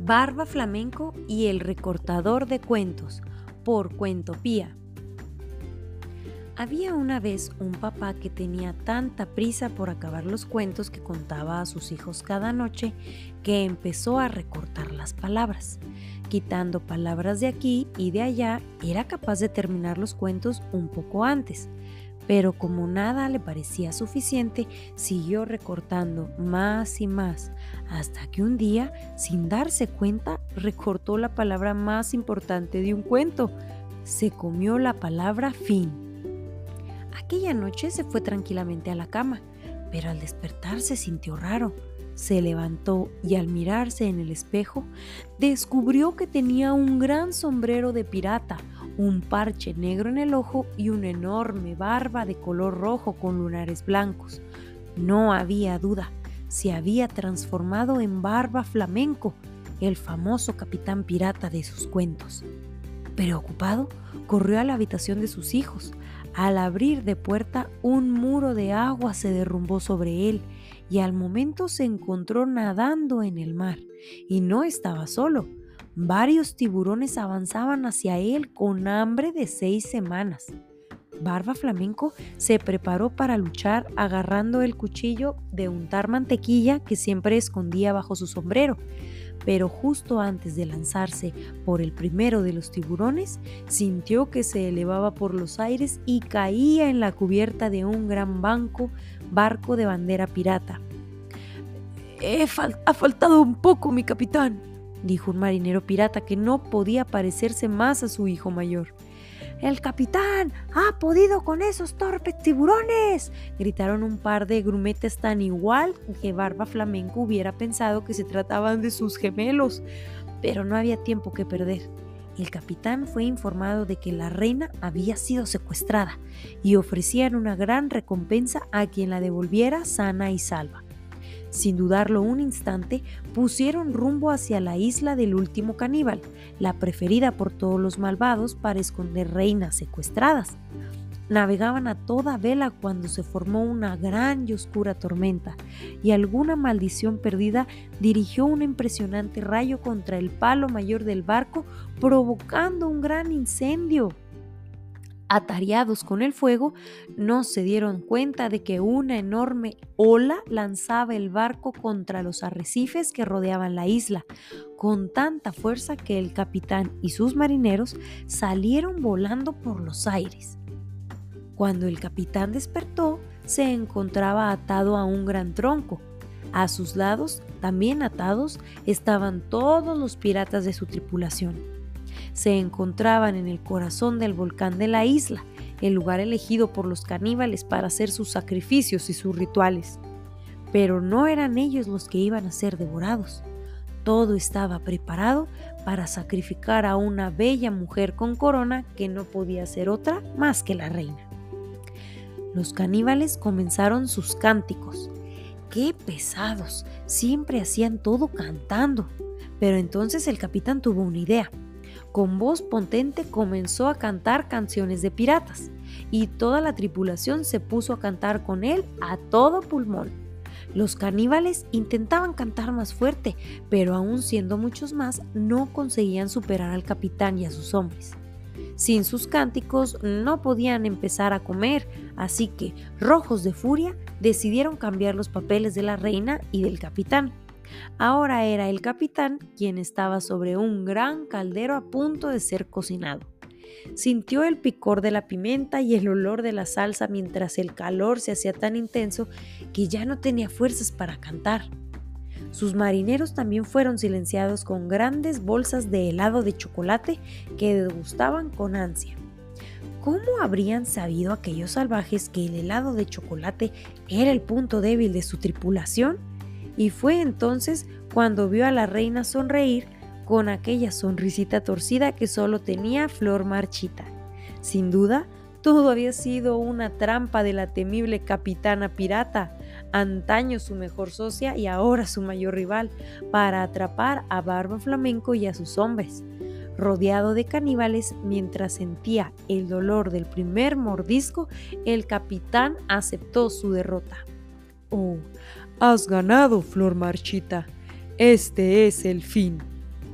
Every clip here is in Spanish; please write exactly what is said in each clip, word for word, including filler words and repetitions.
Barba Flamenco y el recortador de cuentos, por Cuentopía. Había una vez un papá que tenía tanta prisa por acabar los cuentos que contaba a sus hijos cada noche que empezó a recortar las palabras. Quitando palabras de aquí y de allá, era capaz de terminar los cuentos un poco antes. Pero como nada le parecía suficiente, siguió recortando más y más, hasta que un día, sin darse cuenta, recortó la palabra más importante de un cuento. Se comió la palabra fin. Aquella noche se fue tranquilamente a la cama, pero al despertar se sintió raro. Se levantó y al mirarse en el espejo, descubrió que tenía un gran sombrero de pirata, un parche negro en el ojo y una enorme barba de color rojo con lunares blancos. No había duda, se había transformado en Barba Flamenco, el famoso capitán pirata de sus cuentos. Preocupado, corrió a la habitación de sus hijos. Al abrir de puerta, un muro de agua se derrumbó sobre él y al momento se encontró nadando en el mar. Y no estaba solo. Varios tiburones avanzaban hacia él con hambre de seis semanas. Barba Flamenco se preparó para luchar agarrando el cuchillo de untar mantequilla que siempre escondía bajo su sombrero. Pero justo antes de lanzarse por el primero de los tiburones, sintió que se elevaba por los aires y caía en la cubierta de un gran banco, barco de bandera pirata. «He fal- ha faltado un poco, mi capitán», dijo un marinero pirata que no podía parecerse más a su hijo mayor. «¡El capitán ha podido con esos torpes tiburones!», gritaron un par de grumetes tan igual que Barba Flamenco hubiera pensado que se trataban de sus gemelos. Pero no había tiempo que perder. El capitán fue informado de que la reina había sido secuestrada y ofrecían una gran recompensa a quien la devolviera sana y salva. Sin dudarlo un instante, pusieron rumbo hacia la isla del último caníbal, la preferida por todos los malvados para esconder reinas secuestradas. Navegaban a toda vela cuando se formó una gran y oscura tormenta, y alguna maldición perdida dirigió un impresionante rayo contra el palo mayor del barco, provocando un gran incendio. Atareados con el fuego, no se dieron cuenta de que una enorme ola lanzaba el barco contra los arrecifes que rodeaban la isla, con tanta fuerza que el capitán y sus marineros salieron volando por los aires. Cuando el capitán despertó, se encontraba atado a un gran tronco. A sus lados, también atados, estaban todos los piratas de su tripulación. Se encontraban en el corazón del volcán de la isla, el lugar elegido por los caníbales para hacer sus sacrificios y sus rituales. Pero no eran ellos los que iban a ser devorados. Todo estaba preparado para sacrificar a una bella mujer con corona que no podía ser otra más que la reina. Los caníbales comenzaron sus cánticos. ¡Qué pesados! Siempre hacían todo cantando. Pero entonces el capitán tuvo una idea. Con voz potente comenzó a cantar canciones de piratas y toda la tripulación se puso a cantar con él a todo pulmón. Los caníbales intentaban cantar más fuerte, pero aún siendo muchos más, no conseguían superar al capitán y a sus hombres. Sin sus cánticos no podían empezar a comer, así que, rojos de furia, decidieron cambiar los papeles de la reina y del capitán. Ahora era el capitán quien estaba sobre un gran caldero a punto de ser cocinado. Sintió el picor de la pimienta y el olor de la salsa mientras el calor se hacía tan intenso que ya no tenía fuerzas para cantar. Sus marineros también fueron silenciados con grandes bolsas de helado de chocolate que degustaban con ansia. ¿Cómo habrían sabido aquellos salvajes que el helado de chocolate era el punto débil de su tripulación? Y fue entonces cuando vio a la reina sonreír con aquella sonrisita torcida que solo tenía Flor Marchita. Sin duda, todo había sido una trampa de la temible capitana pirata, antaño su mejor socia y ahora su mayor rival, para atrapar a Barba Flamenco y a sus hombres. Rodeado de caníbales, mientras sentía el dolor del primer mordisco, el capitán aceptó su derrota. «Oh, has ganado, Flor Marchita. Este es el fin»,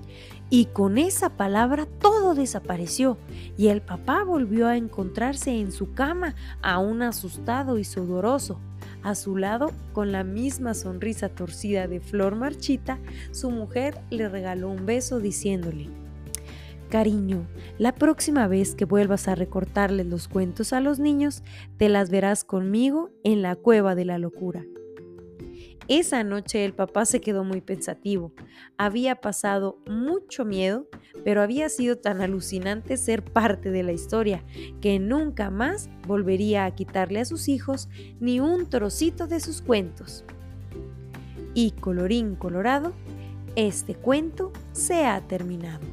Y con esa palabra todo desapareció y el papá volvió a encontrarse en su cama, aún asustado y sudoroso. A su lado, con la misma sonrisa torcida de flor marchita, su mujer le regaló un beso diciéndole: cariño, la próxima vez que vuelvas a recortarles los cuentos a los niños, te las verás conmigo en la cueva de la locura. Esa noche el papá se quedó muy pensativo. Había pasado mucho miedo, pero había sido tan alucinante ser parte de la historia que nunca más volvería a quitarle a sus hijos ni un trocito de sus cuentos. Y colorín colorado, este cuento se ha terminado.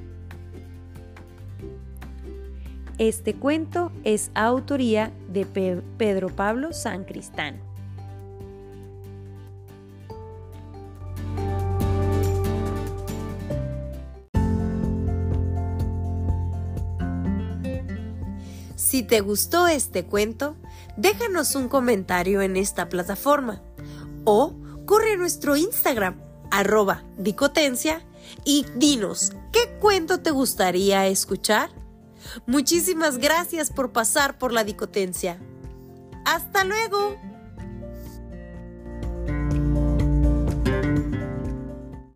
Este cuento es autoría de Pe- Pedro Pablo Sancristán. Si te gustó este cuento, déjanos un comentario en esta plataforma o corre a nuestro Instagram, arroba dicotencia, y dinos qué cuento te gustaría escuchar. Muchísimas gracias por pasar por la Dicotencia. ¡Hasta luego!